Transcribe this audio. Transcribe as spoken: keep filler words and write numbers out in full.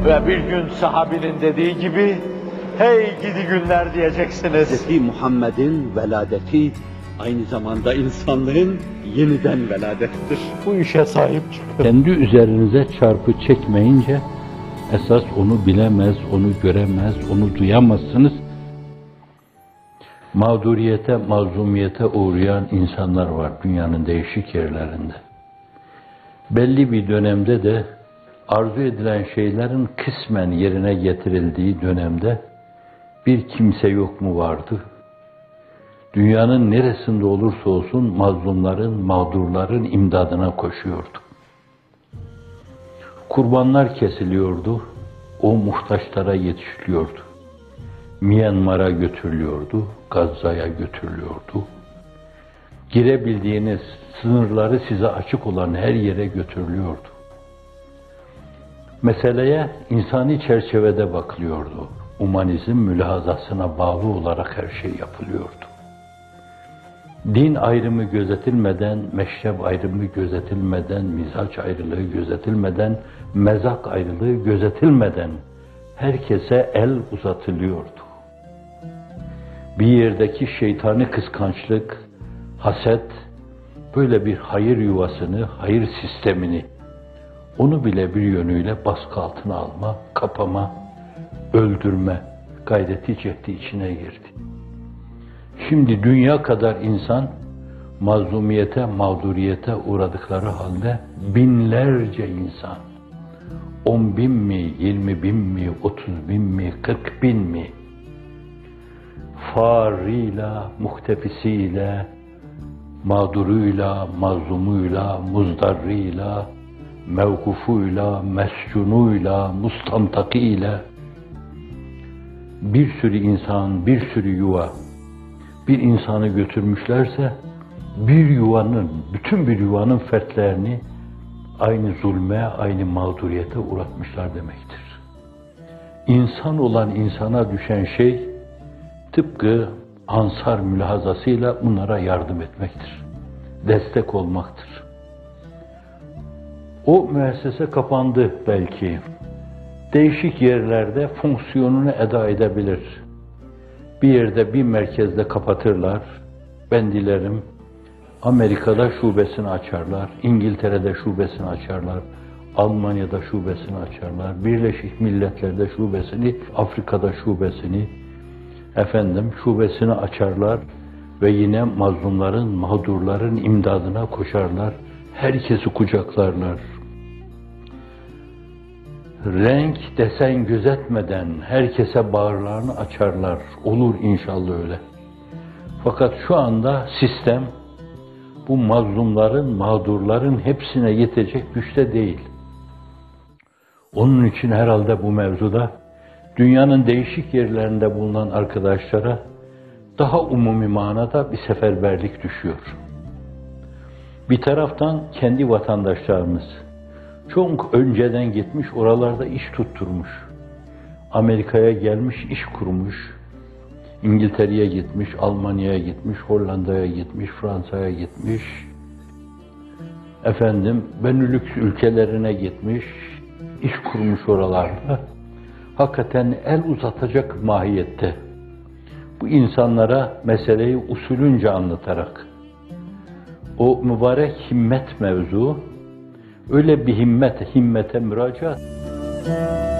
Ve bir gün sahabinin dediği gibi, hey gidi günler diyeceksiniz. Hazreti Muhammed'in veladeti aynı zamanda insanlığın yeniden veladettir. Bu işe sahip çıkın. Kendi üzerinize çarpı çekmeyince, esas onu bilemez, onu göremez, onu duyamazsınız. Mağduriyete, mazlumiyete uğrayan insanlar var dünyanın değişik yerlerinde. Belli bir dönemde de arzu edilen şeylerin kısmen yerine getirildiği dönemde bir kimse yok mu vardı? Dünyanın neresinde olursa olsun mazlumların, mağdurların imdadına koşuyordu. Kurbanlar kesiliyordu, o muhtaçlara yetişiliyordu. Myanmar'a götürülüyordu, Gazze'ye götürülüyordu. Girebildiğiniz sınırları size açık olan her yere götürülüyordu. Meseleye insani çerçevede bakılıyordu. Humanizm mülahazasına bağlı olarak her şey yapılıyordu. Din ayrımı gözetilmeden, meşrep ayrımı gözetilmeden, mizaç ayrılığı gözetilmeden, mezak ayrılığı gözetilmeden herkese el uzatılıyordu. Bir yerdeki şeytani kıskançlık, haset, böyle bir hayır yuvasını, hayır sistemini, onu bile bir yönüyle baskı altına alma, kapama, öldürme gayreti cehdi içine girdi. Şimdi dünya kadar insan mazlumiyete, mağduriyete uğradıkları halde binlerce insan, on bin mi, yirmi bin mi, otuz bin mi, kırk bin mi, farıyla, muhtefisiyle, mağduruyla, mazlumuyla, muzdarrıyla, mevkufuyla, mescunuyla, mustantakıyla bir sürü insan, bir sürü yuva, bir insanı götürmüşlerse bir yuvanın, bütün bir yuvanın fertlerini aynı zulme, aynı mağduriyete uğratmışlar demektir. İnsan olan insana düşen şey tıpkı Ansar mülahazasıyla bunlara yardım etmektir. Destek olmaktır. O müessese kapandı belki. Değişik yerlerde fonksiyonunu eda edebilir. Bir yerde, bir merkezde kapatırlar. Ben dilerim Amerika'da şubesini açarlar, İngiltere'de şubesini açarlar, Almanya'da şubesini açarlar, Birleşik Milletler'de şubesini, Afrika'da şubesini, efendim şubesini açarlar ve yine mazlumların, mağdurların imdadına koşarlar, herkesi kucaklarlar. Renk, desen gözetmeden herkese bağırlarını açarlar. Olur inşallah öyle. Fakat şu anda sistem bu mazlumların, mağdurların hepsine yetecek güçte değil. Onun için herhalde bu mevzuda dünyanın değişik yerlerinde bulunan arkadaşlara daha umumi manada bir seferberlik düşüyor. Bir taraftan kendi vatandaşlarımız çok önceden gitmiş, oralarda iş tutturmuş. Amerika'ya gelmiş, iş kurmuş. İngiltere'ye gitmiş, Almanya'ya gitmiş, Hollanda'ya gitmiş, Fransa'ya gitmiş. Efendim, Benelux ülkelerine gitmiş, iş kurmuş oralarda. Hakikaten el uzatacak mahiyette. Bu insanlara meseleyi usulünce anlatarak, o mübarek himmet mevzu, öyle bir himmet, himmete müracaat.